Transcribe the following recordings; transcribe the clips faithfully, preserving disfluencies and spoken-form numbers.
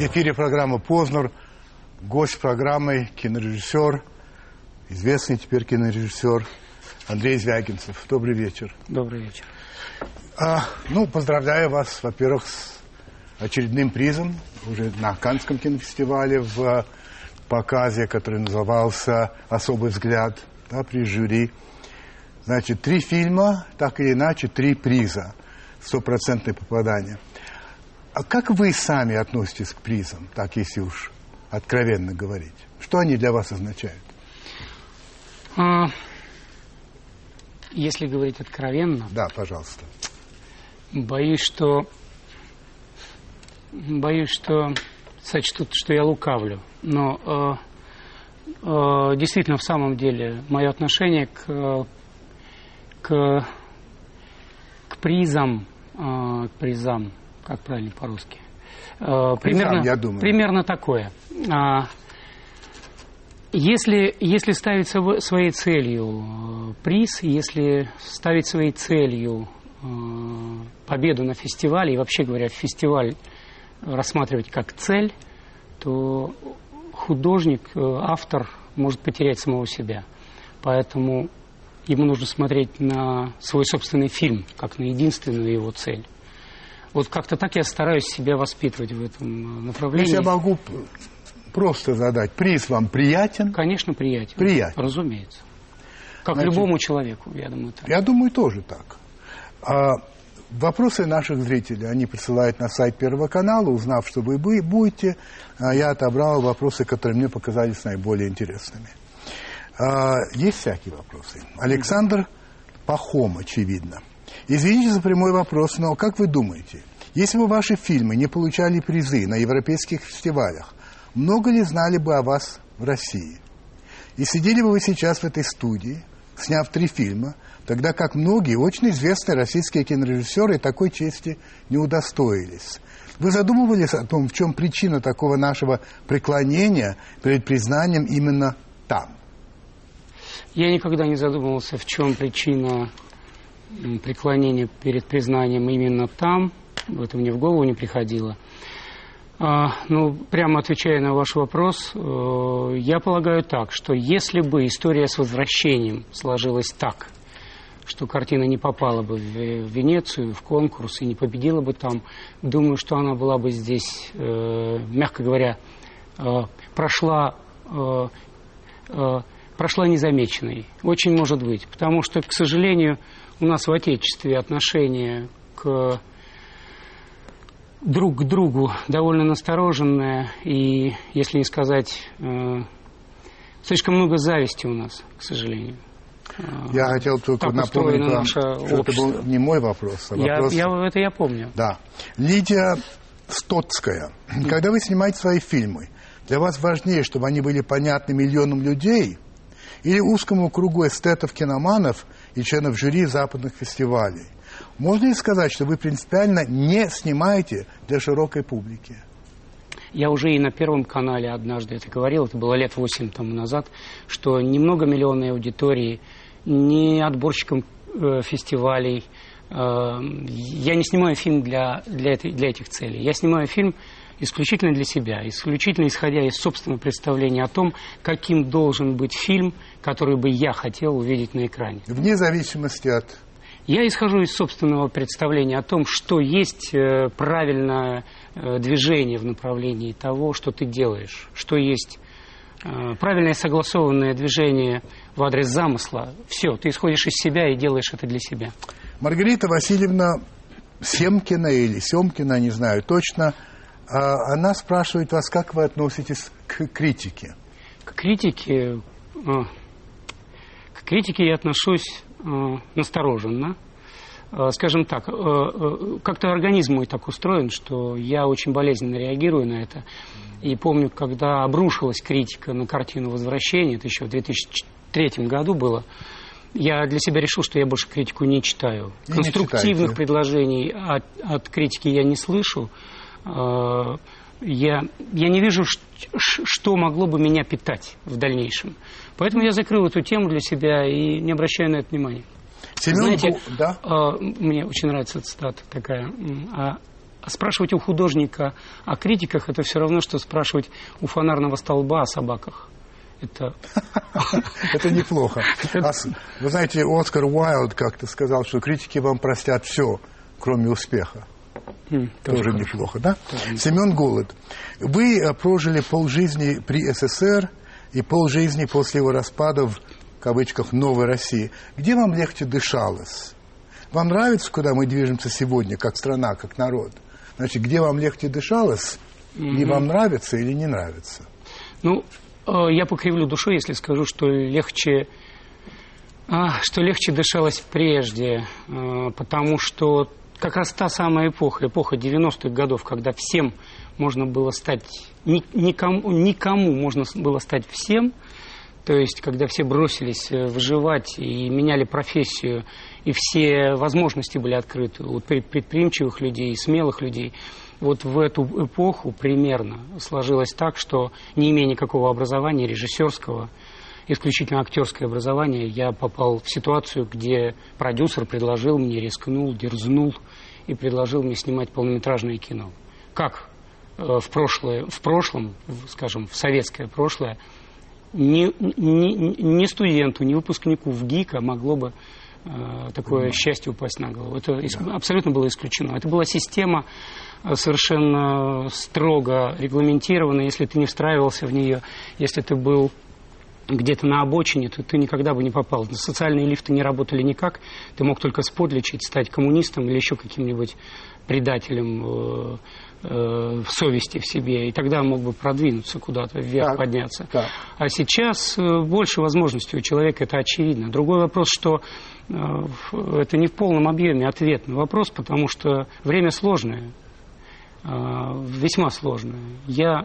эфире программа «Познер». Гость программы — кинорежиссер, известный теперь кинорежиссер Андрей Звягинцев. Добрый вечер. Добрый вечер. А, ну, поздравляю вас, во-первых, с очередным призом уже на Каннском кинофестивале в показе, который назывался «Особый взгляд», да, при жюри. Значит, три фильма, так или иначе, три приза, стопроцентное попадание. А как вы сами относитесь к призам, так если уж откровенно говорить? Что они для вас означают? А, если говорить откровенно... Да, пожалуйста. Боюсь, что... Боюсь, что сочтут, что я лукавлю. Но э, э, действительно, в самом деле, мое отношение к, к, к призам, э, к призам, как правильно по-русски, э, примерно, призам, я думаю. Примерно такое. А, если, если ставить своей целью приз, если ставить своей целью э, победу на фестивале, и вообще говоря, фестиваль рассматривать как цель, то художник, автор может потерять самого себя. Поэтому ему нужно смотреть на свой собственный фильм, как на единственную его цель. Вот как-то так я стараюсь себя воспитывать в этом направлении. Если я могу просто задать, приз вам приятен? Конечно, приятен. Приятен. Разумеется. Как Значит, любому человеку, я думаю, так. Я думаю, тоже так. А вопросы наших зрителей они присылают на сайт Первого канала. Узнав, что вы будете, я отобрал вопросы, которые мне показались наиболее интересными. Есть всякие вопросы. Александр Пахом, очевидно. Извините за прямой вопрос, но как вы думаете, если бы ваши фильмы не получали призы на европейских фестивалях, много ли знали бы о вас в России? И сидели бы вы сейчас в этой студии, сняв три фильма, тогда как многие очень известные российские кинорежиссеры такой чести не удостоились. Вы задумывались о том, в чем причина такого нашего преклонения перед признанием именно там? Я никогда не задумывался, в чем причина преклонения перед признанием именно там. Это мне в голову не приходило. А, ну, прямо отвечая на ваш вопрос, э, я полагаю так, что если бы история с возвращением сложилась так, что картина не попала бы в Венецию, в конкурс и не победила бы там, думаю, что она была бы здесь, э, мягко говоря, э, прошла, э, э, прошла незамеченной. Очень может быть. Потому что, к сожалению, у нас в Отечестве отношение к друг к другу довольно настороженное и, если не сказать, э, слишком много зависти у нас, к сожалению. Я хотел только напомнить вам, что общество. Это был не мой вопрос, а вопрос... Я, я, это я помню. Да. Лидия Стоцкая. Mm. Когда вы снимаете свои фильмы, для вас важнее, чтобы они были понятны миллионам людей или узкому кругу эстетов, киноманов и членов жюри западных фестивалей? Можно ли сказать, что вы принципиально не снимаете для широкой публики? Я уже и на Первом канале однажды это говорил, это было лет восемь тому назад, что ни многомиллионной аудитории, ни отборщикам э, фестивалей. Э, я не снимаю фильм для, для, этой, для этих целей. Я снимаю фильм исключительно для себя, исключительно исходя из собственного представления о том, каким должен быть фильм, который бы я хотел увидеть на экране. Вне зависимости от... Я исхожу из собственного представления о том, что есть э, правильное э, движение в направлении того, что ты делаешь, что есть э, правильное согласованное движение в адрес замысла. Все, ты исходишь из себя и делаешь это для себя. Маргарита Васильевна Семкина или Семкина, не знаю точно, э, она спрашивает вас, как вы относитесь к критике? К критике, э, к критике я отношусь настороженно. Скажем так, как-то организм мой так устроен, что я очень болезненно реагирую на это. И помню, когда обрушилась критика на картину «Возвращение», это еще в две тысячи третьем году было, я для себя решил, что я больше критику не читаю. И конструктивных не предложений от, от критики я не слышу. Я, я не вижу, что могло бы меня питать в дальнейшем. Поэтому я закрыл эту тему для себя и не обращаю на это внимания. Семен, знаете, да? э, мне очень нравится цитата такая. А, спрашивать у художника о критиках — это все равно, что спрашивать у фонарного столба о собаках. Это это неплохо. Вы знаете, Оскар Уайлд как-то сказал, что критики вам простят все, кроме успеха. Тоже неплохо, да? Семен Голод. Вы прожили полжизни при СССР и полжизни после его распада в, в кавычках, новой России. Где вам легче дышалось? Вам нравится, куда мы движемся сегодня, как страна, как народ? Значит, где вам легче дышалось, mm-hmm. и вам нравится или не нравится? Ну, я покривлю душой, если скажу, что легче, что легче дышалось прежде, потому что как раз та самая эпоха, эпоха девяностых годов, когда всем можно было стать, никому, никому можно было стать всем, то есть когда все бросились выживать и меняли профессию, и все возможности были открыты у предприимчивых людей, смелых людей. Вот в эту эпоху примерно сложилось так, что, не имея никакого образования режиссерского, исключительно актерское образование, я попал в ситуацию, где продюсер предложил мне, рискнул, дерзнул и предложил мне снимать полнометражное кино. Как в, прошлое, в прошлом, скажем, в советское прошлое, ни, ни, ни студенту, ни выпускнику в ГИКа могло бы э, такое mm-hmm. счастье упасть на голову. Это yeah. абсолютно было исключено. Это была система совершенно строго регламентирована. Если ты не встраивался в нее, если ты был где-то на обочине, то ты никогда бы не попал. Социальные лифты не работали никак. Ты мог только сподличить, стать коммунистом или еще каким-нибудь предателем э, э, совести в себе. И тогда мог бы продвинуться куда-то, вверх так, подняться. Так. А сейчас э, больше возможностей у человека, это очевидно. Другой вопрос, что э, это не в полном объеме ответ на вопрос, потому что время сложное, э, весьма сложное. Я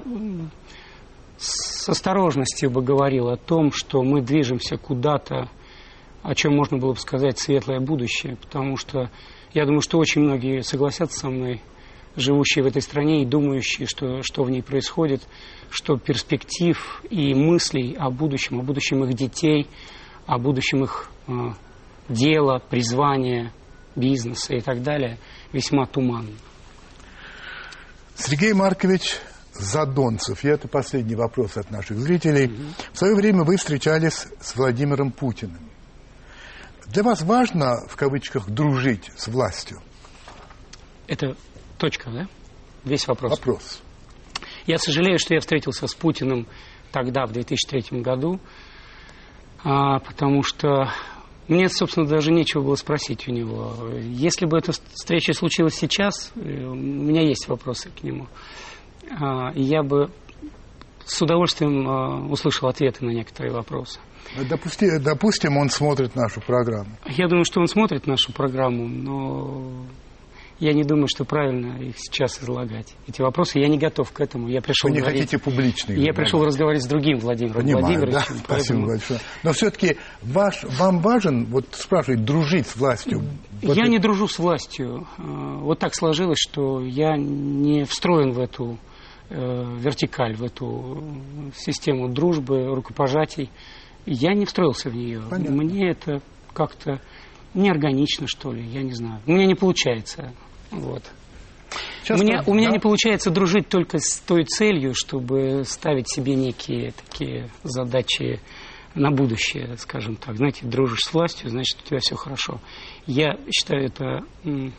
с осторожностью бы говорил о том, что мы движемся куда-то, о чем можно было бы сказать светлое будущее, потому что я думаю, что очень многие согласятся со мной, живущие в этой стране и думающие, что, что в ней происходит, что перспектив и мыслей о будущем, о будущем их детей, о будущем их э, дела, призвания, бизнеса и так далее весьма туманно. Сергей Маркович Задонцев, и это последний вопрос от наших зрителей. Mm-hmm. В свое время вы встречались с Владимиром Путиным. Для вас важно, в кавычках, дружить с властью? Это точка, да? Весь вопрос. Вопрос. Я сожалею, что я встретился с Путиным тогда, в две тысячи третьем году, а, потому что мне, собственно, даже нечего было спросить у него. Если бы эта встреча случилась сейчас, у меня есть вопросы к нему. Я бы с удовольствием услышал ответы на некоторые вопросы. Допусти, допустим, он смотрит нашу программу. Я думаю, что он смотрит нашу программу, но я не думаю, что правильно их сейчас излагать. Эти вопросы, я не готов к этому. Я пришел Вы не говорить, хотите публично? Я пришел говорить. разговаривать с другим Владимиром Понимаю, Владимировичем. Да? Поэтому... Спасибо большое. Но все-таки ваш, вам важен, вот спрашивают, дружить с властью? Вот я это... не дружу с властью. Вот так сложилось, что я не встроен в эту вертикаль, в эту систему дружбы, рукопожатий. Я не встроился в нее. Понятно. Мне это как-то неорганично, что ли, я не знаю. У меня не получается. Вот. Мне, у меня да? не получается дружить только с той целью, чтобы ставить себе некие такие задачи на будущее, скажем так. Знаете, дружишь с властью, значит, у тебя все хорошо. Я считаю это м-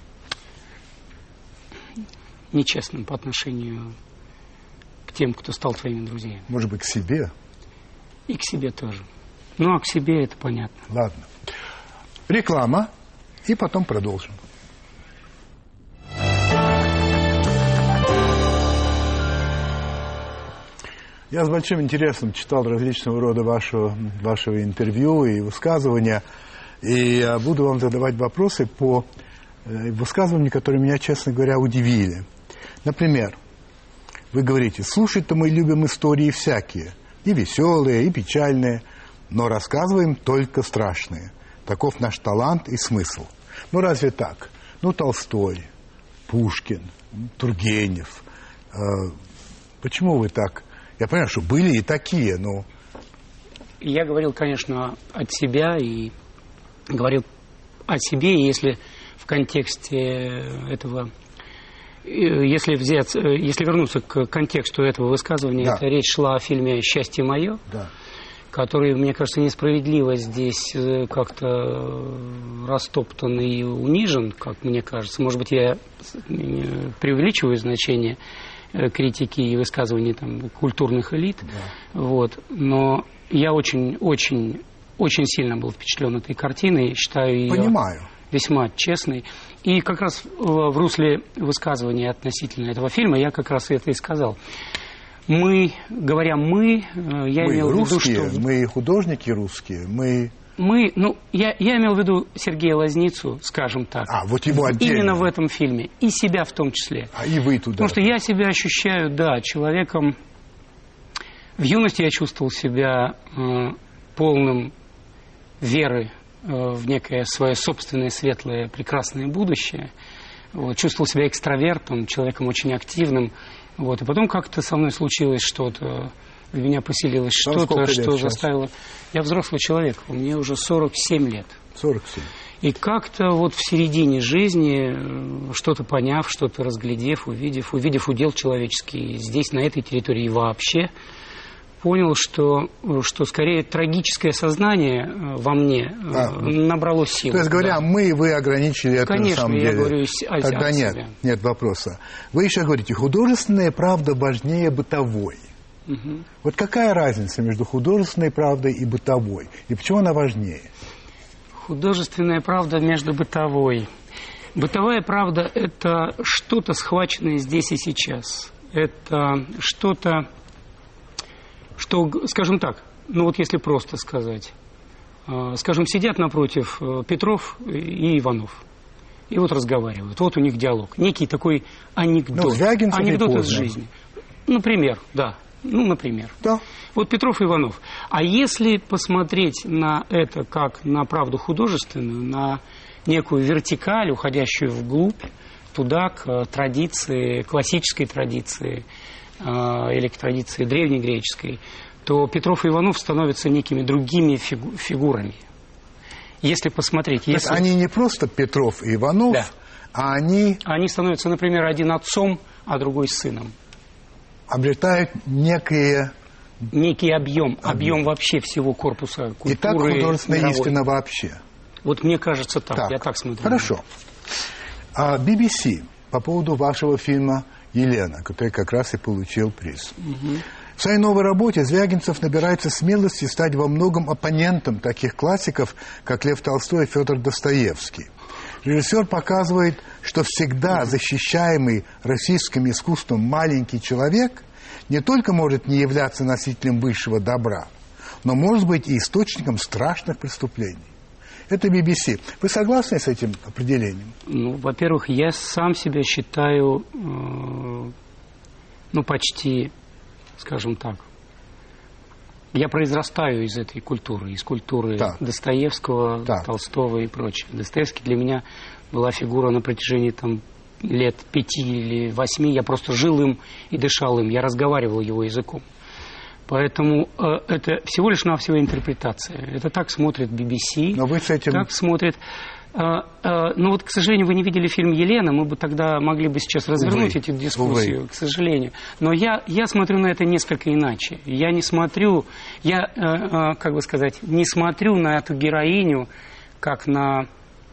нечестным по отношению к тем, кто стал твоими друзьями. Может быть, к себе? И к себе тоже. Ну, а к себе это понятно. Ладно. Реклама, и потом продолжим. Я с большим интересом читал различного рода вашего, вашего интервью и высказывания, и буду вам задавать вопросы по высказываниям, которые меня, честно говоря, удивили. Например, вы говорите, слушать-то мы любим истории всякие, и веселые, и печальные, но рассказываем только страшные. Таков наш талант и смысл. Ну, разве так? Ну, Толстой, Пушкин, Тургенев. Э, почему вы так? Я понимаю, что были и такие, но... Я говорил, конечно, от себя и говорил о себе, и если в контексте этого если взять, если вернуться к контексту этого высказывания, да. это речь шла о фильме «Счастье мое», да. который, мне кажется, несправедливо здесь как-то растоптан и унижен, как мне кажется. Может быть, я преувеличиваю значение критики и высказываний там, культурных элит, да. вот. Но я очень, очень, очень сильно был впечатлен этой картиной, считаю ее Понимаю. весьма честной. И как раз в русле высказывания относительно этого фильма я как раз это и сказал. Мы, говоря «мы», я мы имел русские, в виду, что... Мы художники русские, мы... Мы, ну, я, я имел в виду Сергея Лазницу, скажем так. А, вот его отдельно. Именно в этом фильме. И себя в том числе. А и вы туда. Потому что я себя ощущаю, да, человеком... В юности я чувствовал себя э, полным веры э, в некое свое собственное светлое, прекрасное будущее. Вот, чувствовал себя экстравертом, человеком очень активным. Вот, и потом как-то со мной случилось что-то, в меня поселилось что-то, что заставило... Я взрослый человек, мне уже сорок семь лет. сорок семь. И как-то вот в середине жизни, что-то поняв, что-то разглядев, увидев, увидев удел человеческий здесь, на этой территории вообще, понял, что, что скорее трагическое сознание во мне а, набрало силу. То есть, говоря, да. мы и вы ограничили это Конечно, на самом я деле. говорю о, Тогда о нет, себе. нет вопроса. Вы еще говорите, художественная правда важнее бытовой. Угу. Вот какая разница между художественной правдой и бытовой? И почему она важнее? Художественная правда между бытовой. Бытовая правда – это что-то, схваченное здесь и сейчас. Это что-то... Что, скажем так, ну вот если просто сказать, скажем, сидят напротив Петров и Иванов, и вот разговаривают, вот у них диалог, некий такой анекдот, ну, анекдот из жизни. Например, да, ну, например. Да. Вот Петров и Иванов. А если посмотреть на это как на правду художественную, на некую вертикаль, уходящую вглубь, туда, к традиции, классической традиции, или к традиции древнегреческой, то Петров и Иванов становятся некими другими фигу- фигурами. Если посмотреть... Если... Они не просто Петров и Иванов, да. а они... Они становятся, например, один отцом, а другой сыном. Обретают некие... Некий объем, объем, объем вообще всего корпуса культуры. И так художественная мировой. истина вообще. Вот мне кажется так, так. я так смотрю. Хорошо. А би би си по поводу вашего фильма «Елена», который как раз и получил приз. Угу. В своей новой работе Звягинцев набирается смелости стать во многом оппонентом таких классиков, как Лев Толстой и Федор Достоевский. Режиссер показывает, что всегда защищаемый российским искусством маленький человек не только может не являться носителем высшего добра, но может быть и источником страшных преступлений. Это би би си. Вы согласны с этим определением? Ну, во-первых, я сам себя считаю, э, ну, почти, скажем так, я произрастаю из этой культуры, из культуры так. Достоевского, так. Толстого и прочее. Достоевский для меня была фигура на протяжении там, лет пяти или восьми. Я просто жил им и дышал им. Я разговаривал его языком. Поэтому э, это всего лишь навсего интерпретация. Это так смотрит би би си. Но вы с этим... Так смотрит... Э, э, ну вот, к сожалению, вы не видели фильм «Елена». Мы бы тогда могли бы сейчас развернуть Увы. эту дискуссию, Увы. к сожалению. Но я, я смотрю на это несколько иначе. Я не смотрю... Я, э, э, как бы сказать, не смотрю на эту героиню, как на...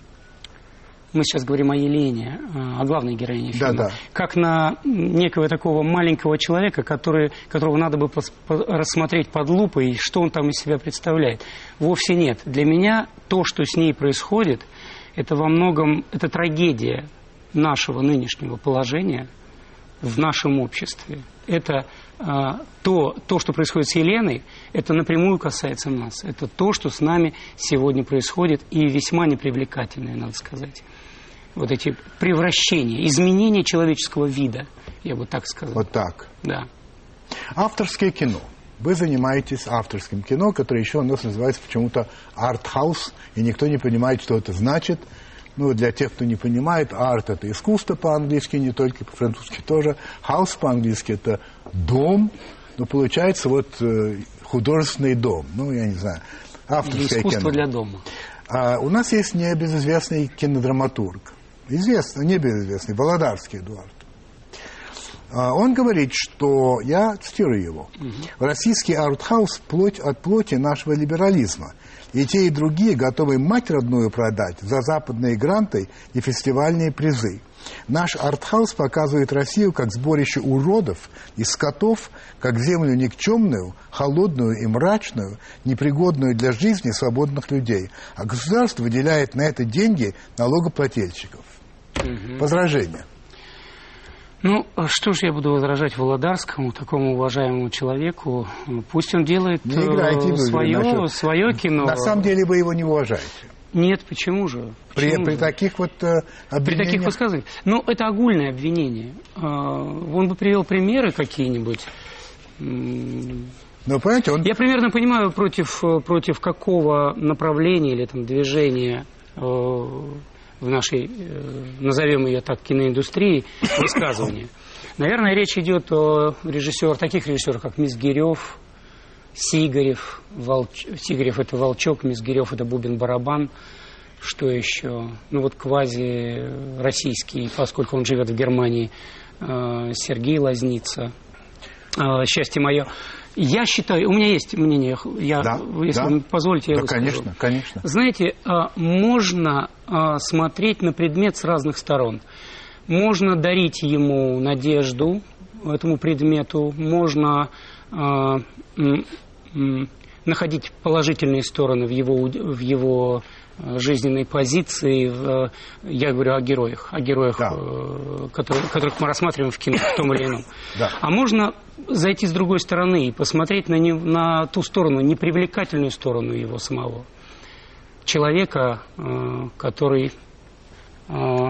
Мы сейчас говорим о Елене, о главной героине фильма. Да, да. Как на некого такого маленького человека, который, которого надо бы пос, по, рассмотреть под лупой, что он там из себя представляет. Вовсе нет. Для меня то, что с ней происходит, это во многом это трагедия нашего нынешнего положения в нашем обществе. Это а, то, то, что происходит с Еленой, это напрямую касается нас. Это то, что с нами сегодня происходит, и весьма непривлекательное, надо сказать. Вот эти превращения, изменения человеческого вида, я бы так сказал. Вот так? Да. Авторское кино. Вы занимаетесь авторским кино, которое еще у нас называется почему-то арт-хаус, и никто не понимает, что это значит. Ну, для тех, кто не понимает, арт – это искусство по-английски, не только по-французски тоже. Хаус по-английски – это дом, но получается вот э, художественный дом. Ну, я не знаю, авторское искусство кино. для дома. А у нас есть небезызвестный кинодраматург. Известный, небезызвестный, Володарский Эдуард. Он говорит, что, я цитирую его, «Российский артхаус – плоть от плоти нашего либерализма. И те, и другие готовы мать родную продать за западные гранты и фестивальные призы. Наш артхаус показывает Россию как сборище уродов и скотов, как землю никчемную, холодную и мрачную, непригодную для жизни свободных людей. А государство выделяет на это деньги налогоплательщиков». Угу. Возражение. Ну, что ж я буду возражать Володарскому, такому уважаемому человеку? Пусть он делает не играйте, свое, насчет... свое кино. На самом деле вы его не уважаете. Нет, почему же? Почему при, при же? таких вот э, обвинениях? При таких высказываниях. Ну, это огульное обвинение. Он бы привел примеры какие-нибудь. Но, понимаете, он... Я примерно понимаю, против, против какого направления или там, движения в нашей, назовем ее так, киноиндустрии, высказывания. Наверное, речь идет о режиссерах, таких режиссерах, как Мизгирев, Сигарев. Волч... Сигарев – это Волчок, Мизгирев – это Бубен-барабан. Что еще? Ну, вот квази-российский, поскольку он живет в Германии, Сергей Лазница. «Счастье мое». Я считаю, у меня есть мнение, я, да, если да. вы позволите, я да, выскажу. конечно, конечно. Знаете, можно смотреть на предмет с разных сторон. Можно дарить ему надежду, этому предмету, можно находить положительные стороны в его, в его жизненной позиции. В, я говорю о героях, о героях, да. которые, которых мы рассматриваем в кино, в том или ином. Да. А можно зайти с другой стороны и посмотреть на, не, на ту сторону, непривлекательную сторону его самого. Человека, э, который... Э,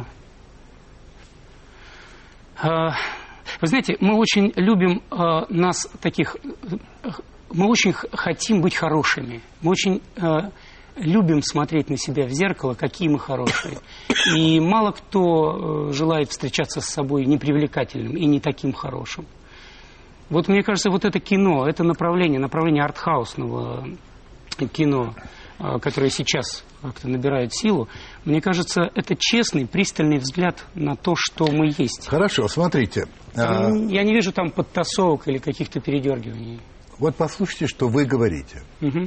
э, вы знаете, мы очень любим э, нас таких... Э, мы очень хотим быть хорошими. Мы очень э, любим смотреть на себя в зеркало, какие мы хорошие. И мало кто э, желает встречаться с собой непривлекательным и не таким хорошим. Вот мне кажется, вот это кино, это направление, направление артхаусного кино, которое сейчас как-то набирает силу, мне кажется, это честный, пристальный взгляд на то, что мы есть. Хорошо, смотрите. Я не вижу там подтасовок или каких-то передергиваний. Вот послушайте, что вы говорите. Угу.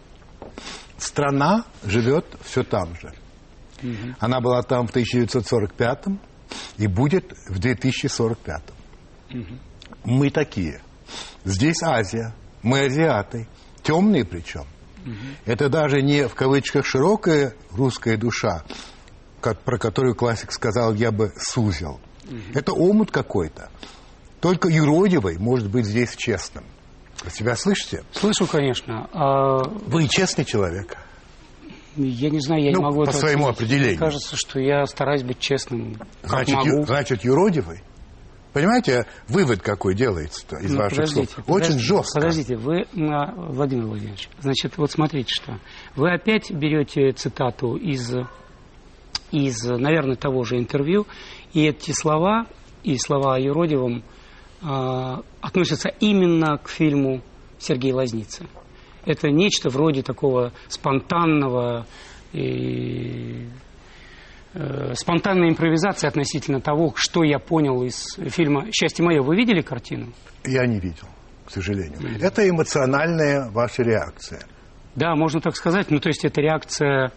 Страна живет все там же. Угу. Она была там в тысяча девятьсот сорок пятом и будет в две тысячи сорок пятом. Угу. Мы такие. Здесь Азия. Мы азиаты. Темные причем. Угу. Это даже не в кавычках широкая русская душа, как, про которую классик сказал, я бы сузил. Угу. Это омут какой-то. Только юродивый может быть здесь честным. Вы себя слышите? Слышу, конечно. А... Вы честный человек? Я не знаю, я ну, не могу по это своему оценить. определению. Мне кажется, что я стараюсь быть честным. Значит, ю, значит юродивый? Понимаете, вывод какой делается-то из ну, ваших слов? Очень подождите, жестко. Подождите, вы, Владимир Владимирович, значит, вот смотрите что. Вы опять берете цитату из, из, наверное, того же интервью, и эти слова, и слова о юродивом э, относятся именно к фильму Сергея Лазницы. Это нечто вроде такого спонтанного и... спонтанная импровизация относительно того, что я понял из фильма «Счастье мое». Вы видели картину? Я не видел, к сожалению. Mm-hmm. Это эмоциональная ваша реакция. Да, можно так сказать. Ну, то есть это реакция,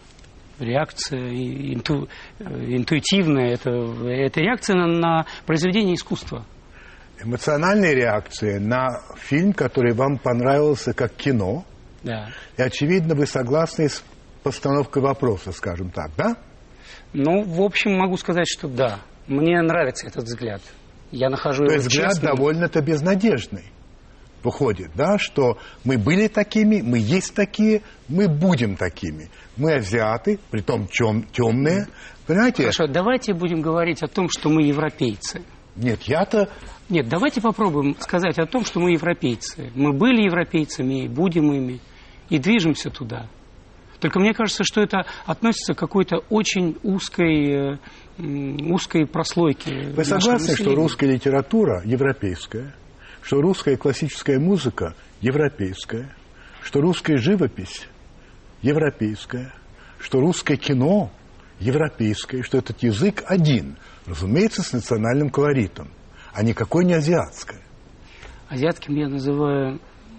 реакция инту, интуитивная. Это, это реакция на, на произведение искусства. Эмоциональная реакция на фильм, который вам понравился как кино. Да. И, очевидно, вы согласны с постановкой вопроса, скажем так, да? Ну, в общем, могу сказать, что да. Мне нравится этот взгляд. Я нахожу То его есть взгляд честным. довольно-то безнадежный. Выходит, да, что мы были такими, мы есть такие, мы будем такими. Мы азиаты, притом чем, темные. Понимаете? Хорошо, давайте будем говорить о том, что мы европейцы. Нет, я-то... Нет, давайте попробуем сказать о том, что мы европейцы. Мы были европейцами и будем ими. И движемся туда. Только мне кажется, что это относится к какой-то очень узкой, узкой прослойке. Вы согласны, что русская литература европейская, что русская классическая музыка европейская, что русская живопись европейская, что русское кино европейское, что этот язык один, разумеется, с национальным колоритом. а никакой не азиатское. Азиатским я называю...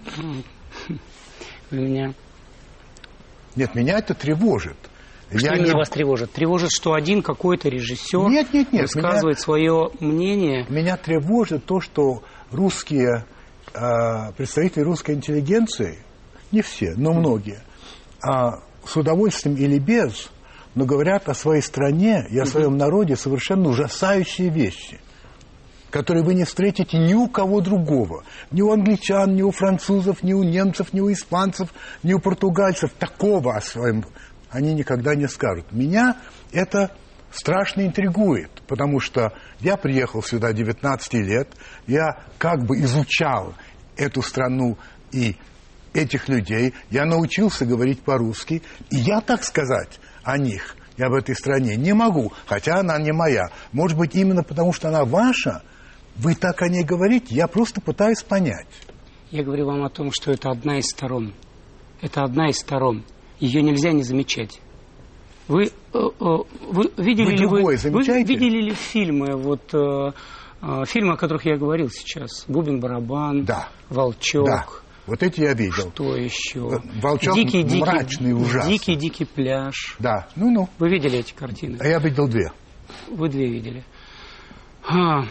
У меня... Нет, меня это тревожит. Что я именно не... вас тревожит? Тревожит, что один какой-то режиссер нет, нет, нет, высказывает меня... свое мнение? Меня тревожит то, что русские, э, представители русской интеллигенции, не все, но многие, э, с удовольствием или без, но говорят о своей стране и о своем народе совершенно ужасающие вещи, которые вы не встретите ни у кого другого. Ни у англичан, ни у французов, ни у немцев, ни у испанцев, ни у португальцев. Такого о своем они никогда не скажут. Меня это страшно интригует, потому что я приехал сюда девятнадцать лет, я как бы изучал эту страну и этих людей, я научился говорить по-русски, и я, так сказать, о них, я об этой стране не могу, хотя она не моя. Может быть, именно потому, что она ваша, вы так о ней говорите, я просто пытаюсь понять. Я говорю вам о том, что это одна из сторон. Это одна из сторон. Ее нельзя не замечать. Вы, э, э, вы видели вы ли вы, вы видели ли фильмы, вот, э, э, фильмы, о которых я говорил сейчас? «Бубен-барабан», да. «Волчок». Да. Вот эти я видел. Что еще? «Волчок» дикий, мрачный, дикий, ужасный. «Дикий-дикий пляж». Да, ну-ну. Вы видели эти картины? А я видел две. Вы две видели. А.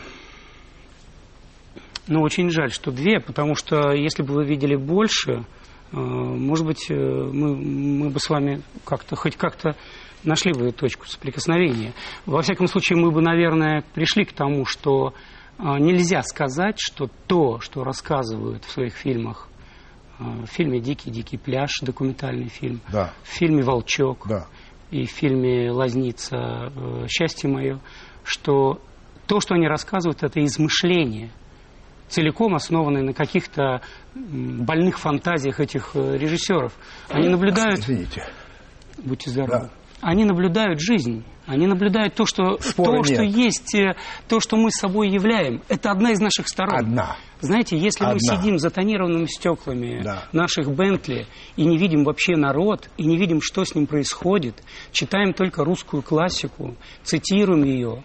Ну, очень жаль, что две, потому что если бы вы видели больше, может быть, мы, мы бы с вами как-то, хоть как-то нашли бы точку соприкосновения. Во всяком случае, мы бы, наверное, пришли к тому, что нельзя сказать, что то, что рассказывают в своих фильмах, в фильме «Дикий-дикий пляж», документальный фильм, да. в фильме «Волчок», да. и в фильме «Лазница. Счастье мое», что то, что они рассказывают, это измышление, целиком основанные на каких-то больных фантазиях этих режиссеров. Они наблюдают... Извините. Будьте здоровы. Да. Они наблюдают жизнь. Они наблюдают то, что, то, что есть, то, что мы собой являем. Это одна из наших сторон. Одна. Знаете, если одна. мы сидим за тонированными стеклами да. наших Бентли и не видим вообще народ, и не видим, что с ним происходит, читаем только русскую классику, цитируем ее,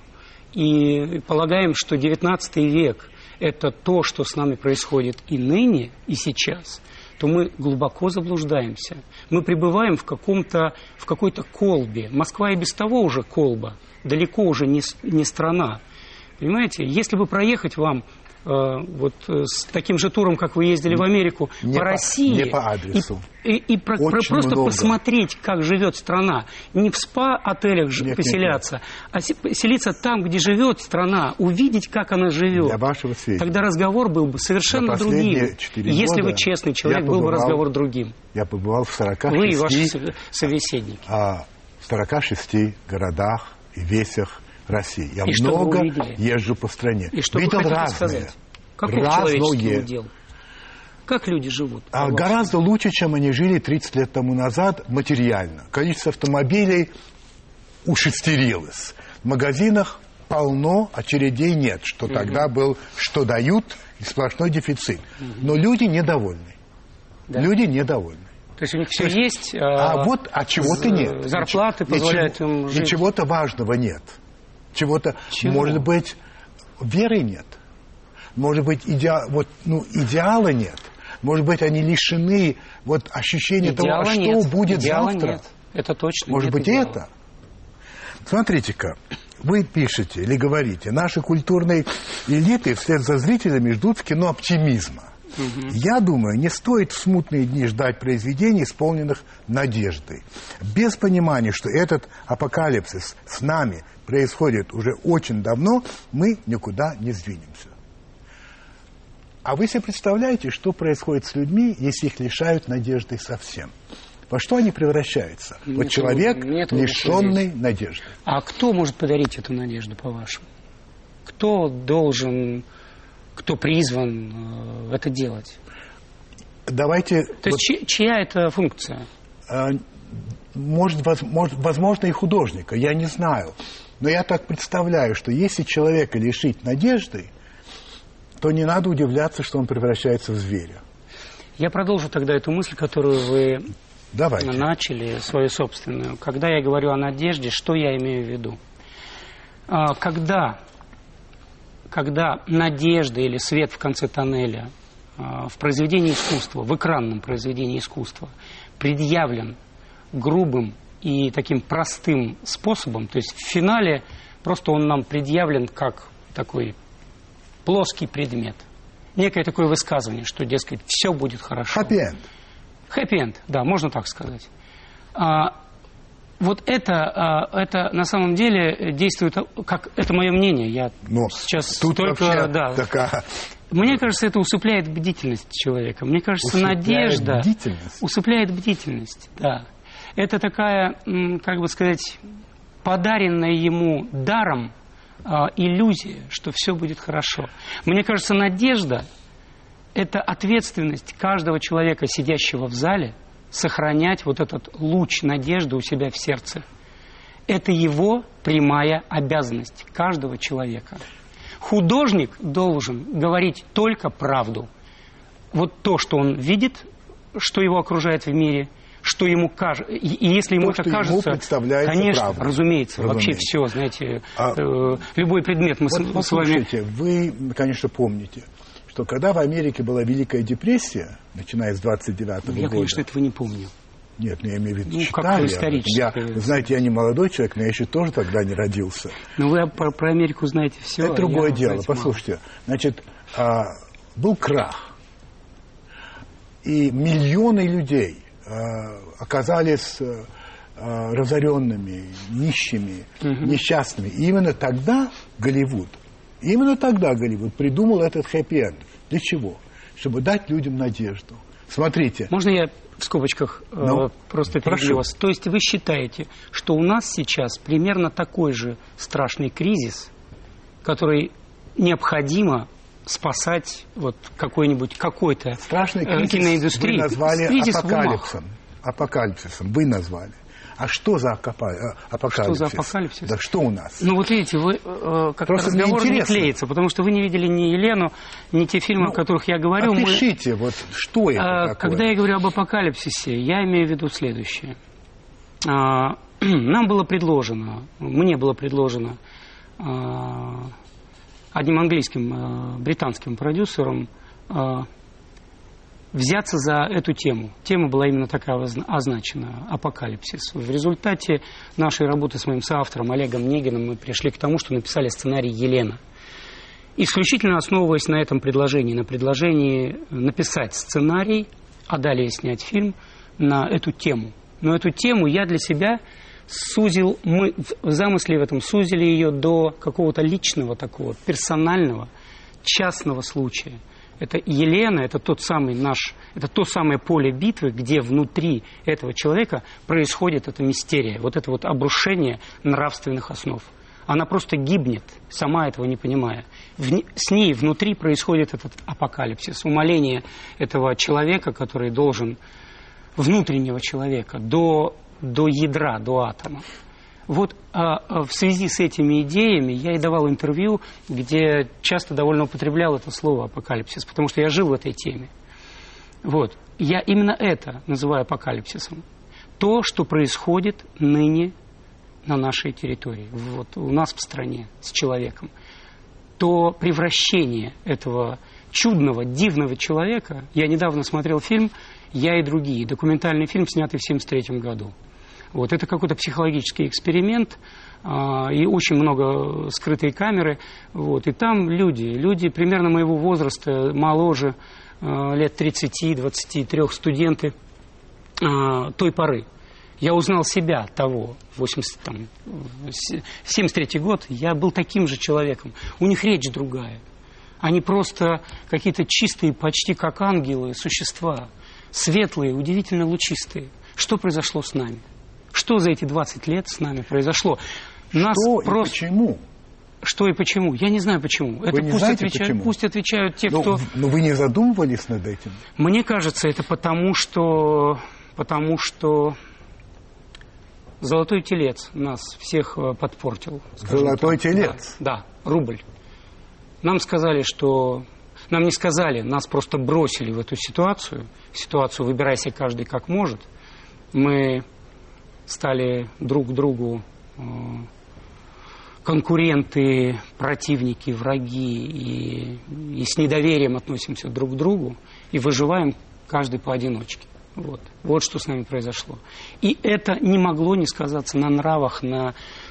и полагаем, что девятнадцатый век – это то, что с нами происходит и ныне, и сейчас, то мы глубоко заблуждаемся. Мы пребываем в, каком-то, в какой-то колбе. Москва и без того уже колба, далеко уже не, не страна. Понимаете, если бы проехать вам э, вот, с таким же туром, как вы ездили в Америку, не по, по России, не по адресу. и, и, и про, про, просто много. посмотреть, как живет страна, не в спа-отелях нет, поселяться, нет, нет. а поселиться там, где живет страна, увидеть, как она живет. Для вашего сведения. Тогда разговор был бы совершенно другим. Если вы честный человек, был бы разговор другим. Я побывал в сорока шести, вы и ваши собеседники. А, в сорока шести городах и весях России. Я и много езжу по стране. И что видел вы хотите разные. Сказать? Каков человеческий удел? Как люди живут? А, гораздо лучше, чем они жили тридцать лет тому назад материально. Количество автомобилей ушестерилось. В магазинах полно, очередей нет. Что угу. тогда был, что дают, и сплошной дефицит. Угу. Но люди недовольны. Да. Люди недовольны. То есть у них все есть, а, а вот, а чего-то нет. Зарплаты и, позволяют и, им жить. И чего-то важного нет. Чего-то, Чего? Может быть, веры нет. Может быть, идеа, вот, ну, идеала нет. Может быть, они лишены вот, ощущения идеала того, а нет. что будет идеала завтра. Нет. Это точно. Может нет быть, идеала. это? Смотрите-ка, вы пишете или говорите, наши культурные элиты вслед за зрителями ждут в кино оптимизма. Угу. Я думаю, не стоит в смутные дни ждать произведений, исполненных надеждой. Без понимания, что этот апокалипсис с нами происходит уже очень давно, мы никуда не сдвинемся. А вы себе представляете, что происходит с людьми, если их лишают надежды совсем? Во что они превращаются? Нет, вот человек, нет, лишенный надежды. А кто может подарить эту надежду, по-вашему? Кто должен, кто призван э, это делать? Давайте... То есть вот, чья это функция? Э, может, возможно, возможно, и художника, я не знаю. Но я так представляю, что если человека лишить надежды, то не надо удивляться, что он превращается в зверя. Я продолжу тогда эту мысль, которую вы Давайте. начали, свою собственную. Когда я говорю о надежде, что я имею в виду? Когда, когда надежда или свет в конце тоннеля в произведении искусства, в экранном произведении искусства предъявлен грубым и таким простым способом, то есть в финале просто он нам предъявлен как такой плоский предмет. Некое такое высказывание, что, дескать, все будет хорошо. Хэппи-энд. Хэппи-энд, да, можно так сказать. А, вот это, а, это на самом деле действует, как это мое мнение, я Но сейчас тут только, да. Такая... Мне кажется, это усыпляет бдительность человека. Мне кажется, усыпляет надежда бдительность. усыпляет бдительность, да. Это такая, как бы сказать, подаренная ему даром а, иллюзия, что все будет хорошо. Мне кажется, надежда – это ответственность каждого человека, сидящего в зале, сохранять вот этот луч надежды у себя в сердце. Это его прямая обязанность каждого человека. Художник должен говорить только правду. Вот то, что он видит, что его окружает в мире, что ему кажется. И, и если ему то, это кажется, конечно, правдой. разумеется, разумеется, вообще все, знаете, а, э, любой предмет мы вот, с, с вами... Вы, конечно, помните, что когда в Америке была Великая депрессия, начиная с двадцать девятого года... Я, конечно, этого не помню. Нет, ну я имею в виду, ну, читали. Я, знаете, я не молодой человек, но я еще тоже тогда не родился. Но вы про, про Америку знаете все. Это другое я, дело. знаете, послушайте, мало. Значит, а, был крах, и миллионы людей а, оказались а, разоренными, нищими, угу. несчастными. И именно тогда Голливуд, именно тогда Голливуд придумал этот хэппи-энд. Для чего? Чтобы дать людям надежду. Смотрите. Можно я в скобочках ну, э, просто перебью вас? То есть вы считаете, что у нас сейчас примерно такой же страшный кризис, который необходимо спасать вот какой-нибудь, какой-то страшный кризис э, киноиндустрии? Вы назвали кризис апокалипсисом. Апокалипсисом вы назвали. А что за апокалипсис? Что за апокалипсис? Да что у нас? Ну вот видите, вы э, как-то разговор не клеится, потому что вы не видели ни Елену, ни те фильмы, ну, о которых я говорю. Опишите, мы... вот что это а, такое? Когда я говорю об апокалипсисе, я имею в виду следующее. А, нам было предложено, мне было предложено а, одним английским, а, британским продюсером а, взяться за эту тему. Тема была именно такая означена – апокалипсис. В результате нашей работы с моим соавтором Олегом Негиным мы пришли к тому, что написали сценарий «Елена». Исключительно основываясь на этом предложении, на предложении написать сценарий, а далее снять фильм на эту тему. Но эту тему я для себя сузил, мы в замысле в этом сузили ее до какого-то личного такого, персонального, частного случая. Это Елена, это тот самый наш, это то самое поле битвы, где внутри этого человека происходит эта мистерия, вот это вот обрушение нравственных основ. Она просто гибнет, сама этого не понимая. В, с ней внутри происходит этот апокалипсис, умаление этого человека, который должен, внутреннего человека, до, до ядра, до атома. Вот а, в связи с этими идеями я и давал интервью, где часто довольно употреблял это слово апокалипсис, потому что я жил в этой теме. Вот. Я именно это называю апокалипсисом. То, что происходит ныне на нашей территории, вот у нас в стране с человеком. То превращение этого чудного, дивного человека. Я недавно смотрел фильм «Я и другие», документальный фильм, снятый в семьдесят третьем году. Вот, это какой-то психологический эксперимент, а, и очень много скрытой камеры. Вот, и там люди, люди примерно моего возраста, моложе, а, лет тридцати-двадцати трёх, студенты а, той поры. Я узнал себя того, семьдесят третий год, я был таким же человеком. У них речь другая. Они просто какие-то чистые, почти как ангелы, существа. Светлые, удивительно лучистые. Что произошло с нами? Что за эти двадцать лет с нами произошло? Нас что просто... и почему? Что и почему? Я не знаю почему. Вы это не пусть, знаете, отвечают, почему? пусть отвечают те, но, кто... Но вы не задумывались над этим? Мне кажется, это потому, что... Потому что... Золотой телец нас всех подпортил. Золотой так. телец? Да, да, рубль. Нам сказали, что... Нам не сказали, нас просто бросили в эту ситуацию. Ситуацию «выбирайся каждый как может». Мы стали друг к другу э, конкуренты, противники, враги, и, и с недоверием относимся друг к другу, и выживаем каждый поодиночке. Вот. Вот что с нами произошло. И это не могло не сказаться на нравах, на,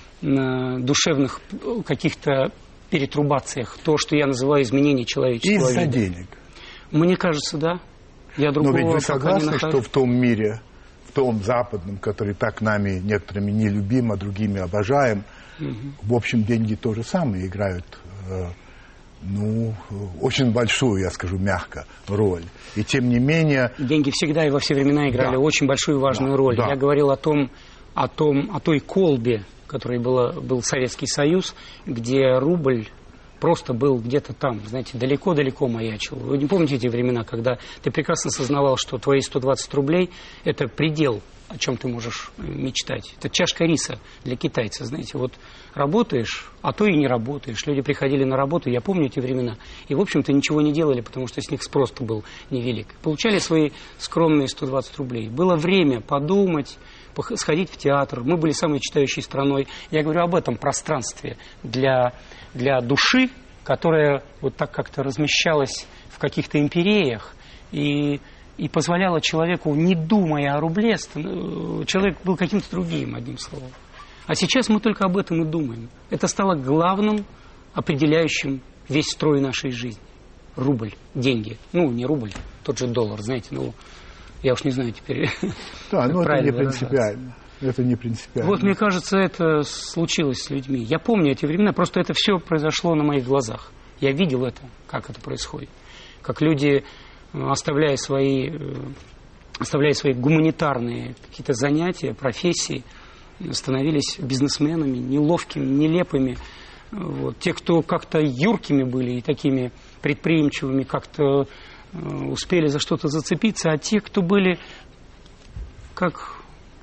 на душевных каких-то перетрубациях. То, что я называю изменение человеческого Из-за вида. денег. Мне кажется, да. Я другого Но ведь вы пока согласны, не нахожу. что в том мире, в том западном, который так нами некоторыми не любим, а другими обожаем, угу. в общем, деньги то же самое играют, э, ну, очень большую, я скажу мягко, роль. И тем не менее... Деньги всегда и во все времена играли да. очень большую и важную да. роль. Да. Я говорил о том, о том, о той колбе, которой было, был Советский Союз, где рубль просто был где-то там, знаете, далеко-далеко маячил. Вы не помните эти времена, когда ты прекрасно сознавал, что твои сто двадцать рублей – это предел, о чем ты можешь мечтать. Это чашка риса для китайца, знаете. Вот работаешь, а то и не работаешь. Люди приходили на работу, я помню эти времена, и, в общем-то, ничего не делали, потому что с них спрос-то был невелик. Получали свои скромные сто двадцать рублей. Было время подумать, сходить в театр. Мы были самой читающей страной. Я говорю об этом пространстве для, для души, которая вот так как-то размещалась в каких-то империях и, и позволяла человеку, не думая о рубле, человек был каким-то другим, одним словом. А сейчас мы только об этом и думаем. Это стало главным, определяющим весь строй нашей жизни. Рубль, деньги. Ну, не рубль, тот же доллар, знаете, ну... Я уж не знаю теперь. Да, но это не принципиально. Это не принципиально. Вот, мне кажется, это случилось с людьми. Я помню эти времена, просто это все произошло на моих глазах. Я видел это, как это происходит. Как люди, оставляя свои, оставляя свои гуманитарные какие-то занятия, профессии, становились бизнесменами, неловкими, нелепыми. Вот. Те, кто как-то юркими были и такими предприимчивыми, как-то успели за что-то зацепиться, а те, кто были как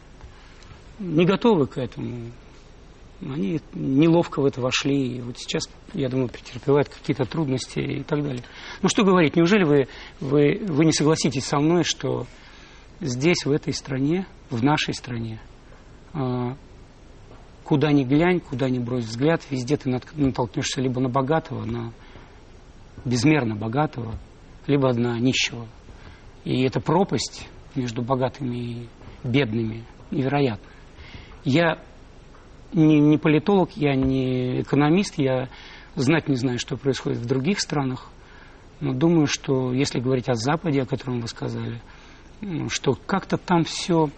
не готовы к этому, они неловко в это вошли. И вот сейчас, я думаю, претерпевают какие-то трудности и так далее. Ну, что говорить, неужели вы, вы, вы не согласитесь со мной, что здесь, в этой стране, в нашей стране, куда ни глянь, куда ни брось взгляд, везде ты натолкнешься либо на богатого, на безмерно богатого, либо на нищего. И эта пропасть между богатыми и бедными невероятна. Я не, не политолог, я не экономист, я знать не знаю, что происходит в других странах, но думаю, что если говорить о Западе, о котором вы сказали, что как-то там все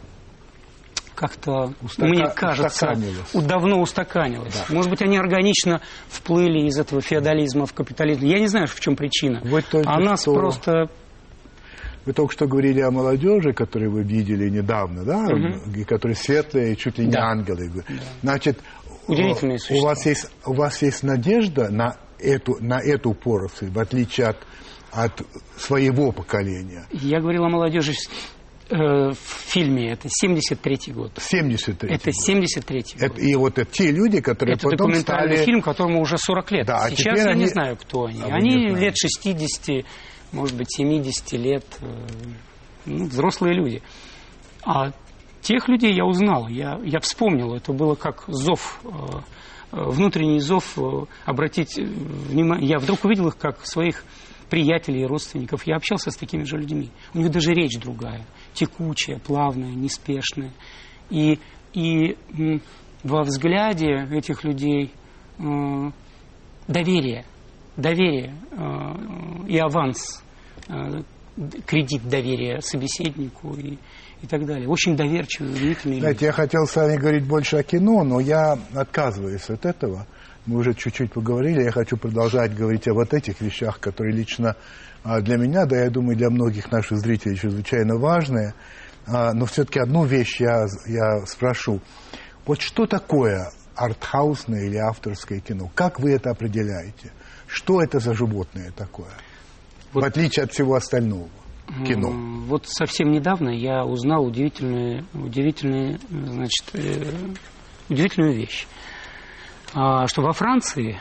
как-то, Устака... мне кажется, давно устаканилось. Да. Может быть, они органично вплыли из этого феодализма в капитализм. Я не знаю, в чем причина. А нас что... просто... Вы только что говорили о молодежи, которую вы видели недавно, да? Угу. И которые светлые, чуть ли не да. ангелы. Да. Значит, удивительные существа. У вас есть, у вас есть надежда на эту, на эту поросль, в отличие от, от своего поколения? Я говорил о молодежи в фильме, это семьдесят третий год. семьдесят третий Это семьдесят третий год. Это, и вот это те люди, которые это потом документальный стали... фильм, которому уже сорок лет. Да, сейчас я они... не знаю, кто они. А они лет шестьдесят, может быть, семьдесят лет. Ну, взрослые люди. А тех людей я узнал, я, я вспомнил. Это было как зов, внутренний зов обратить внимание. Я вдруг увидел их как своих приятелей, родственников. Я общался с такими же людьми. У них даже речь другая. Текучая, плавная, неспешная. И, и во взгляде этих людей э, доверие. Доверие э, и аванс. Э, кредит доверия собеседнику и, и так далее. Очень доверчивые, удивительные Знаете, люди. Я хотел с вами говорить больше о кино, но я отказываюсь от этого. Мы уже чуть-чуть поговорили, я хочу продолжать говорить о вот этих вещах, которые лично для меня, да, я думаю, для многих наших зрителей чрезвычайно важные. Но все-таки одну вещь я, я спрошу. Вот что такое артхаусное или авторское кино? Как вы это определяете? Что это за животное такое? Вот, в отличие от всего остального кино. Вот совсем недавно я узнал удивительную, удивительную, значит, удивительную вещь. Что во Франции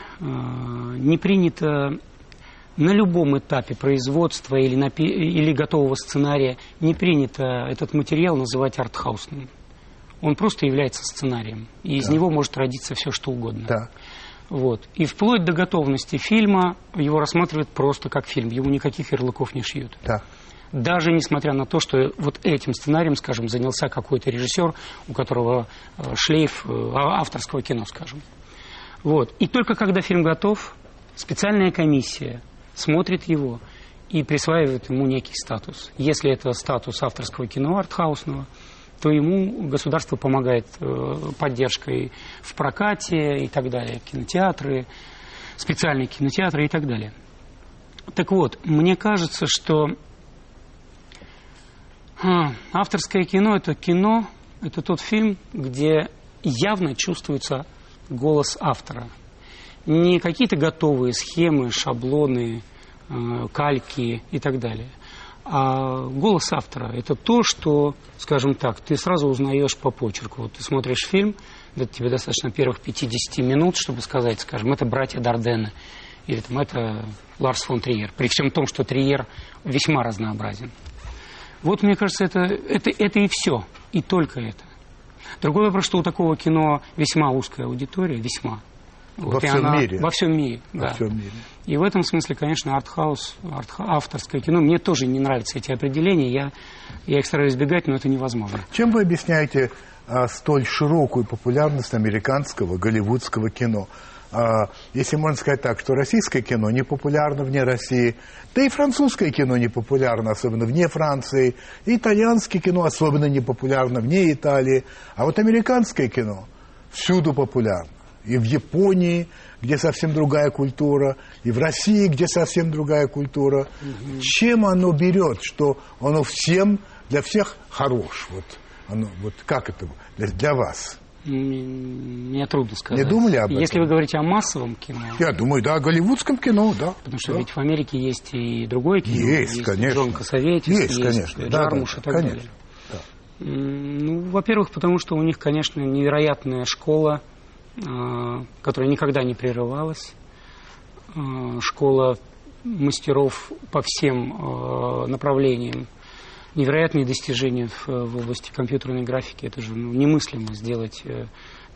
не принято на любом этапе производства или, на, или готового сценария не принято этот материал называть артхаусным. Он просто является сценарием. И да. из него может родиться все, что угодно. Да. Вот. И вплоть до готовности фильма его рассматривают просто как фильм. Ему никаких ярлыков не шьют. Да. Даже несмотря на то, что вот этим сценарием, скажем, занялся какой-то режиссер, у которого шлейф авторского кино, скажем. Вот. И только когда фильм готов, специальная комиссия смотрит его и присваивает ему некий статус. Если это статус авторского кино артхаусного, то ему государство помогает поддержкой в прокате и так далее, кинотеатры, специальные кинотеатры и так далее. Так вот, мне кажется, что а, авторское кино – это кино, это тот фильм, где явно чувствуется голос автора. Не какие-то готовые схемы, шаблоны, э, кальки и так далее. А голос автора – это то, что, скажем так, ты сразу узнаешь по почерку. Вот ты смотришь фильм, это тебе достаточно первых пятидесяти минут, чтобы сказать, скажем, это «Братья Дарденны», или там, это Ларс фон Триер. При всем том, что Триер весьма разнообразен. Вот, мне кажется, это, это, это и все, и только это. Другой вопрос, что у такого кино весьма узкая аудитория, весьма. Во Вот, всем она, мире. Во всем мире, Во да. всем мире. И в этом смысле, конечно, артхаус, артха, авторское кино, мне тоже не нравятся эти определения, я, я их стараюсь избегать, но это невозможно. Чем вы объясняете а, столь широкую популярность американского, голливудского кино? А, если можно сказать так, что российское кино не популярно вне России, да и французское кино не популярно, особенно вне Франции, и итальянское кино особенно не популярно вне Италии, а вот американское кино всюду популярно. И в Японии, где совсем другая культура, и в России, где совсем другая культура. Mm-hmm. Чем оно берет, что оно всем, для всех хорош? Вот, оно, вот как это для, для вас? Мне трудно сказать. Не думали об этом? Если вы говорите о массовом кино... Я думаю, да, о голливудском кино, да. Потому что да. ведь в Америке есть и другое кино. Есть, есть конечно. Джон Кассаветис, есть, есть конечно. Джармуш да, да, и так конечно. далее. Да. Ну, во-первых, потому что у них, конечно, невероятная школа, которая никогда не прерывалась. Школа мастеров по всем направлениям. Невероятные достижения в, в области компьютерной графики. Это же ну, немыслимо сделать э,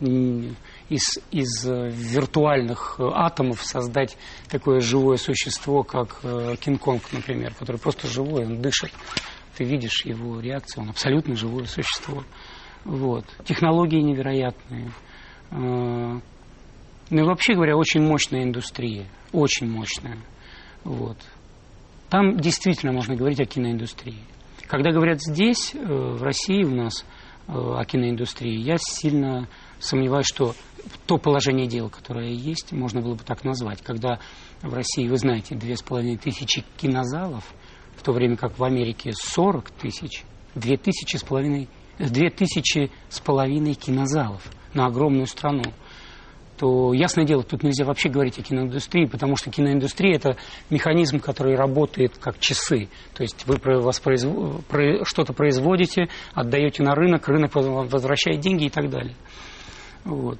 из, из виртуальных атомов создать такое живое существо, как э, Кинг-Конг, например, который просто живой, он дышит. Ты видишь его реакцию, он абсолютно живое существо. Вот. Технологии невероятные. Ну и вообще говоря, очень мощная индустрия, очень мощная. Вот. Там действительно можно говорить о киноиндустрии. Когда говорят здесь, в России у нас о киноиндустрии, я сильно сомневаюсь, что то положение дел, которое есть, можно было бы так назвать. Когда в России, вы знаете, две с половиной тысячи кинозалов, в то время как в Америке сорок тысяч, две тысячи с половиной, две тысячи с половиной кинозалов на огромную страну, то, ясное дело, тут нельзя вообще говорить о киноиндустрии, потому что киноиндустрия – это механизм, который работает как часы. То есть вы воспроизв... что-то производите, отдаете на рынок, рынок возвращает деньги и так далее. Вот.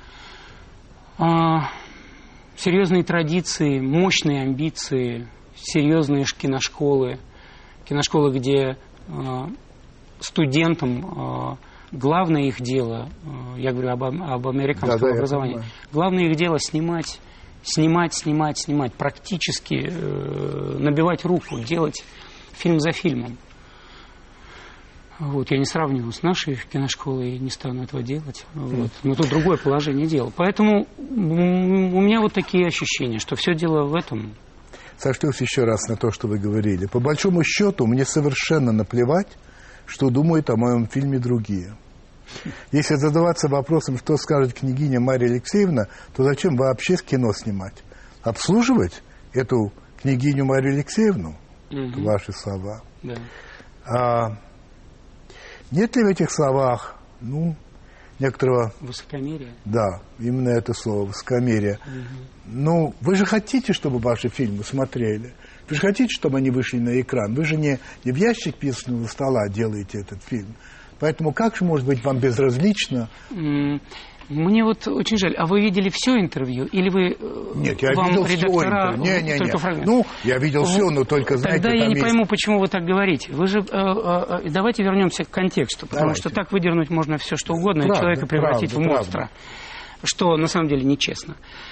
А, серьезные традиции, мощные амбиции, серьезные киношколы, киношколы, где а, студентам… А, главное их дело, я говорю об, об американском да, да, образовании, главное их дело снимать, снимать, снимать, снимать, практически э, набивать руку, делать фильм за фильмом. Вот, я не сравниваю с нашей киношколой и не стану этого делать. Вот. Но тут другое положение дел. Поэтому у меня вот такие ощущения, что все дело в этом. Сошлюсь еще раз на то, что вы говорили. По большому счету, мне совершенно наплевать, что думают о моем фильме другие. Если задаваться вопросом, что скажет княгиня Марья Алексеевна, то зачем вообще кино снимать? Обслуживать эту княгиню Марью Алексеевну? Угу. Ваши слова. Да. А, нет ли в этих словах, ну, некоторого... Высокомерия? Да, именно это слово, высокомерие. Угу. Ну, вы же хотите, чтобы ваши фильмы смотрели? Вы же хотите, чтобы они вышли на экран? Вы же не, не в ящик письменного стола делаете этот фильм. Поэтому как же может быть вам безразлично? Мне вот очень жаль. А вы видели все интервью? Или вы... Нет, я вам видел редактора, все интервью. Не, не, только не. фрагмент? Ну, я видел вы... все, но только, знаете, Тогда я не есть... пойму, почему вы так говорите. Вы же... Э, э, давайте вернемся к контексту. Потому давайте. что так выдернуть можно все, что угодно, правда, и человека превратить правда, в монстра. Правда. Что на самом деле нечестно.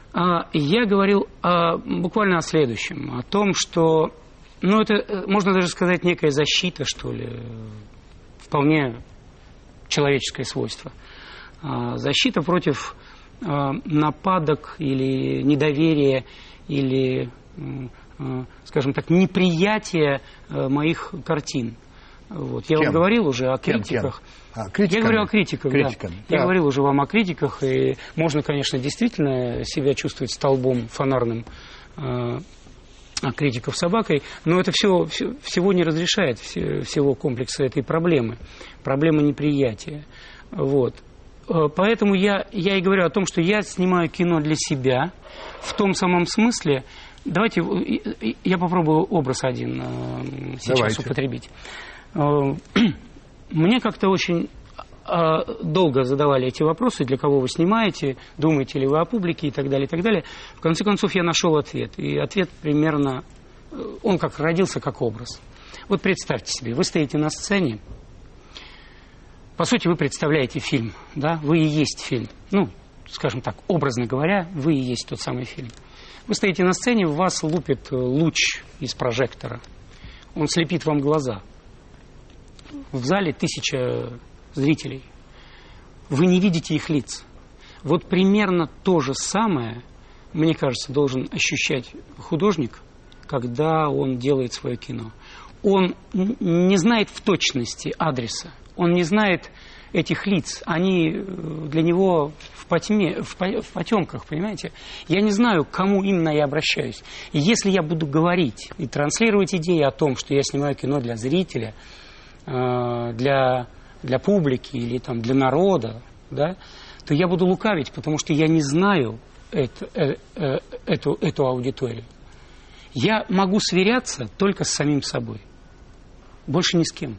А, я говорил а, буквально о следующем, о том, что, ну, это, можно даже сказать, некая защита, что ли, вполне человеческое свойство. А, защита против а, нападок или недоверия, или, а, скажем так, неприятия а, моих картин. Вот. Я Кем? вам говорил уже о Кем, критиках. Кем? А, критиками. Я говорил о критиках, Критиками. да. Да. Я говорил уже вам о критиках, и можно, конечно, действительно себя чувствовать столбом фонарным э, критиков собакой, но это все, все, всего не разрешает, все, всего комплекса этой проблемы, проблемы неприятия. Вот. Поэтому я, я и говорю о том, что я снимаю кино для себя, в том самом смысле. Давайте я попробую образ один э, сейчас Давайте. употребить. Мне как-то очень долго задавали эти вопросы, для кого вы снимаете, думаете ли вы о публике и так далее, и так далее. В конце концов, я нашел ответ. И ответ примерно, он как родился как образ. Вот представьте себе, вы стоите на сцене, по сути, вы представляете фильм, да, вы и есть фильм. Ну, скажем так, образно говоря, вы и есть тот самый фильм. Вы стоите на сцене, в вас лупит луч из прожектора. Он слепит вам глаза. В зале тысяча зрителей. Вы не видите их лиц. Вот примерно то же самое, мне кажется, должен ощущать художник, когда он делает свое кино. Он не знает в точности адреса, он не знает этих лиц. Они для него в потьме, в потемках, понимаете? Я не знаю, к кому именно я обращаюсь. И если я буду говорить и транслировать идеи о том, что я снимаю кино для зрителя, для, для публики или там, для народа, да, то я буду лукавить, потому что я не знаю это, э, э, эту, эту аудиторию. Я могу сверяться только с самим собой. Больше ни с кем.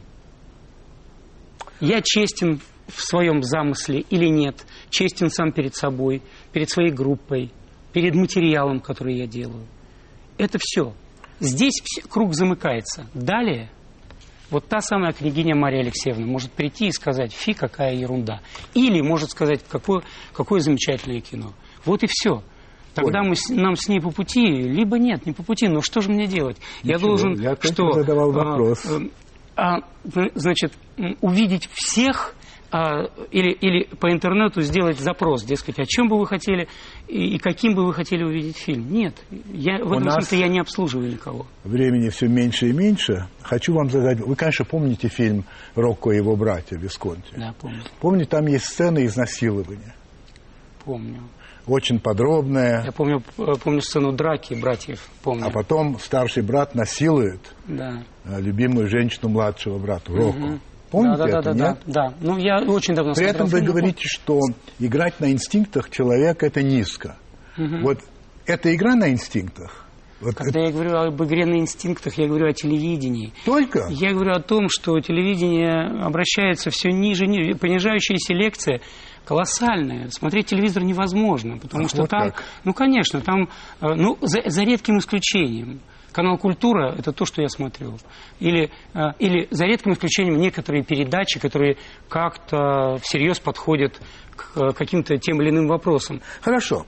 Я честен в своем замысле или нет, честен сам перед собой, перед своей группой, перед материалом, который я делаю. Это все. Здесь круг замыкается. Далее вот та самая княгиня Мария Алексеевна может прийти и сказать: фи, какая ерунда. Или может сказать: какое, какое замечательное кино. Вот и все. Тогда мы, нам с ней по пути, либо нет, не по пути. Но что же мне делать? Ничего, я должен, я что, задавал вопрос. А, а, значит, увидеть всех, а, или, или по интернету сделать запрос, дескать, о чем бы вы хотели и, и каким бы вы хотели увидеть фильм. Нет, я, в этом смысле я не обслуживаю никого. Времени все меньше и меньше. Хочу вам задать... Вы, конечно, помните фильм «Рокко и его братья» Висконти? Да, помню. Помните, там есть сцена изнасилования? Помню. Очень подробная. Я помню, помню сцену драки братьев, помню. А потом старший брат насилует да. любимую женщину младшего брата, Рокко. Угу. Помните да, да, это, да, нет? Да, да. Ну, я очень давно При этом вы фильм, говорите, что играть на инстинктах человека – это низко. Угу. Вот это игра на инстинктах? Вот Когда это... я говорю об игре на инстинктах, я говорю о телевидении. Только? Я говорю о том, что телевидение обращается все ниже, ниже. Понижающаяся лекция колоссальная. Смотреть телевизор невозможно, потому Ах, что вот там, так. ну, конечно, там, ну, за, за редким исключением. Канал «Культура» – это то, что я смотрю. Или, или за редким исключением некоторые передачи, которые как-то всерьез подходят к каким-то тем или иным вопросам. Хорошо.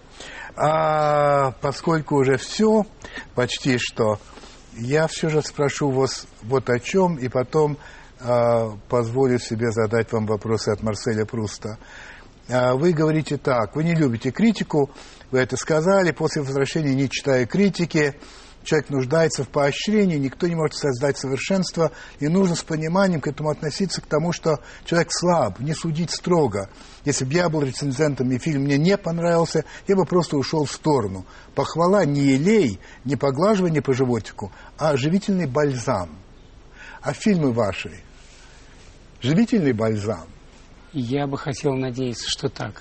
А поскольку уже все почти что, я все же спрошу вас вот о чем, и потом а, позволю себе задать вам вопросы от Марселя Пруста. А, вы говорите так: вы не любите критику, вы это сказали, после возвращения не читая критики. Человек нуждается в поощрении, никто не может создать совершенство, и нужно с пониманием к этому относиться, к тому, что человек слаб, не судить строго. Если бы я был рецензентом и фильм мне не понравился, я бы просто ушел в сторону. Похвала не елей, не поглаживание по животику, а живительный бальзам. А фильмы ваши живительный бальзам? Я бы хотел надеяться, что так.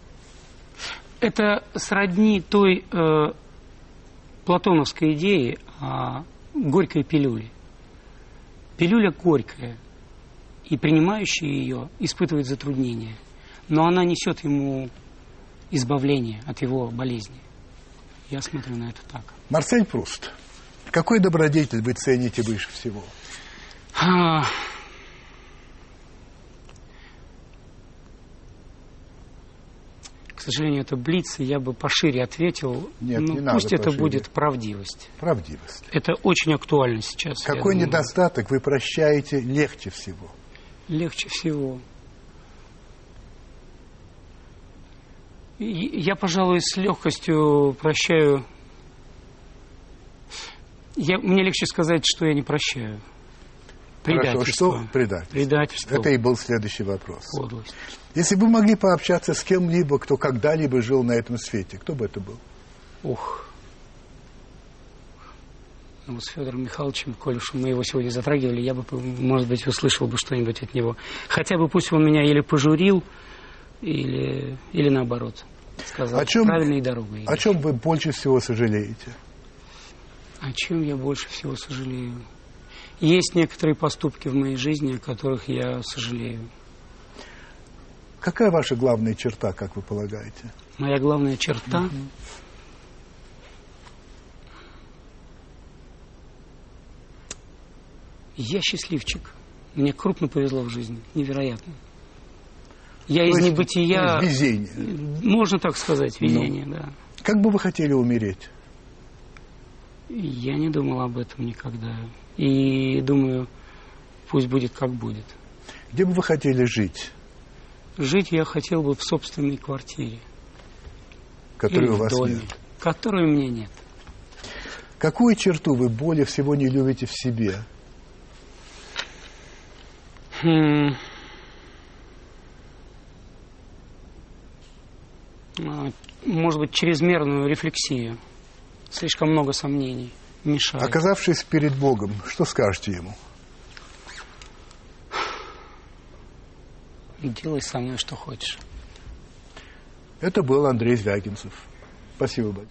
Это сродни той... Э... платоновской идеи о горькой пилюле. Пилюля горькая, и принимающий ее испытывает затруднения, но она несет ему избавление от его болезни. Я смотрю на это так. Марсель Пруст, какой добродетель вы цените выше всего? А... К сожалению, это блиц, и я бы пошире ответил. Нет, ну, не пусть надо это пошире. будет правдивость. Правдивость. Это очень актуально сейчас. Какой недостаток вы прощаете легче всего? Легче всего. И я, пожалуй, с легкостью прощаю. Я, мне легче сказать, что я не прощаю. Предательство. Хорошо, что предательство? Предательство. Это и был следующий вопрос. Подлость. Если бы вы могли пообщаться с кем-либо, кто когда-либо жил на этом свете, кто бы это был? Ух. Ну, с Федором Михайловичем, коль уж мы его сегодня затрагивали, я бы, может быть, услышал бы что-нибудь от него. Хотя бы пусть он меня или пожурил, или, или наоборот, сказал, о чем, правильной дорогой. О чем вы больше всего сожалеете? О чем я больше всего сожалею? Есть некоторые поступки в моей жизни, о которых я сожалею. Какая ваша главная черта, как вы полагаете? Моя главная черта? Mm-hmm. Я счастливчик. Мне крупно повезло в жизни. Невероятно. Я то из есть, небытия... Везение. Можно так сказать, везение, ну, да. Как бы вы хотели умереть? Я не думал об этом никогда. И думаю, пусть будет как будет. Где бы вы хотели жить? Жить я хотел бы в собственной квартире. Которой или у вас в доме, нет. Которой у меня нет. Какую черту вы более всего не любите в себе? Хм. Может быть, чрезмерную рефлексию. Слишком много сомнений. Мешает. Оказавшись перед Богом, что скажете Ему? Делай со мной, что хочешь. Это был Андрей Звягинцев. Спасибо большое.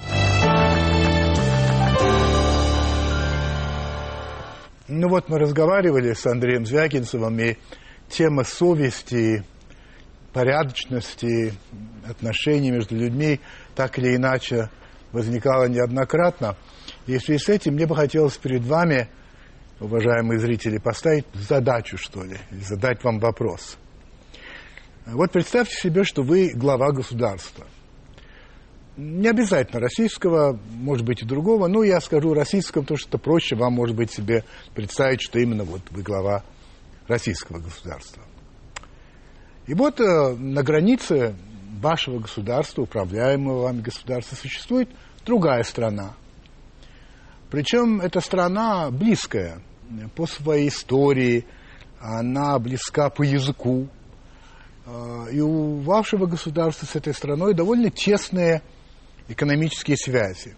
Ну вот мы разговаривали с Андреем Звягинцевым, и тема совести, порядочности, отношений между людьми так или иначе возникала неоднократно. И в связи с этим мне бы хотелось перед вами, уважаемые зрители, поставить задачу, что ли, или задать вам вопрос. Вот представьте себе, что вы глава государства. Не обязательно российского, может быть и другого, но я скажу российского, потому что это проще, вам, может быть, себе представить, что именно вот вы глава российского государства. И вот э, на границе вашего государства, управляемого вами государства, существует другая страна. Причем эта страна близкая по своей истории, она близка по языку. И у вашего государства с этой страной довольно тесные экономические связи.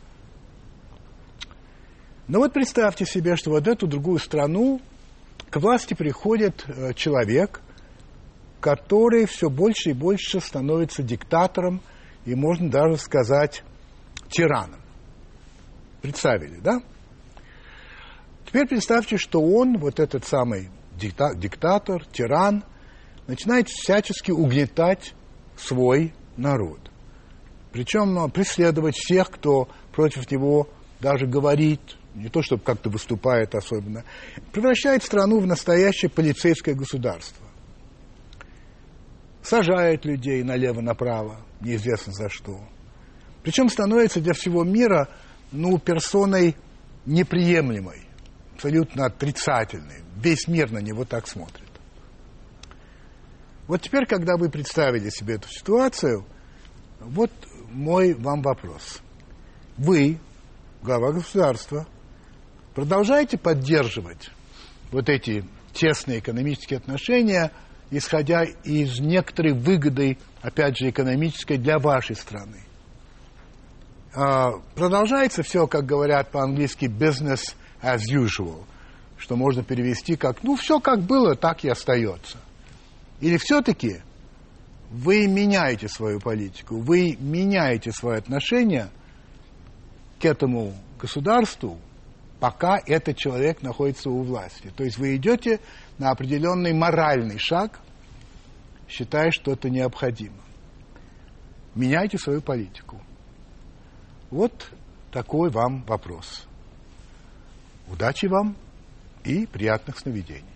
Но вот представьте себе, что вот эту другую страну к власти приходит человек, который все больше и больше становится диктатором и, можно даже сказать, тираном. Представили, да? Теперь представьте, что он, вот этот самый дикта- диктатор, тиран, начинает всячески угнетать свой народ. Причем преследовать всех, кто против него даже говорит, не то чтобы как-то выступает особенно, превращает страну в настоящее полицейское государство. Сажает людей налево-направо, неизвестно за что. Причем становится для всего мира, ну, персоной неприемлемой, абсолютно отрицательной. Весь мир на него так смотрит. Вот теперь, когда вы представили себе эту ситуацию, вот мой вам вопрос. Вы, глава государства, продолжаете поддерживать вот эти тесные экономические отношения, исходя из некоторой выгоды, опять же, экономической для вашей страны? Продолжается все, как говорят по-английски, business as usual, что можно перевести как, ну, все как было, так и остается. Или все-таки вы меняете свою политику, вы меняете свое отношение к этому государству, пока этот человек находится у власти. То есть вы идете на определенный моральный шаг, считая, что это необходимо. Меняйте свою политику. Вот такой вам вопрос. Удачи вам и приятных сновидений.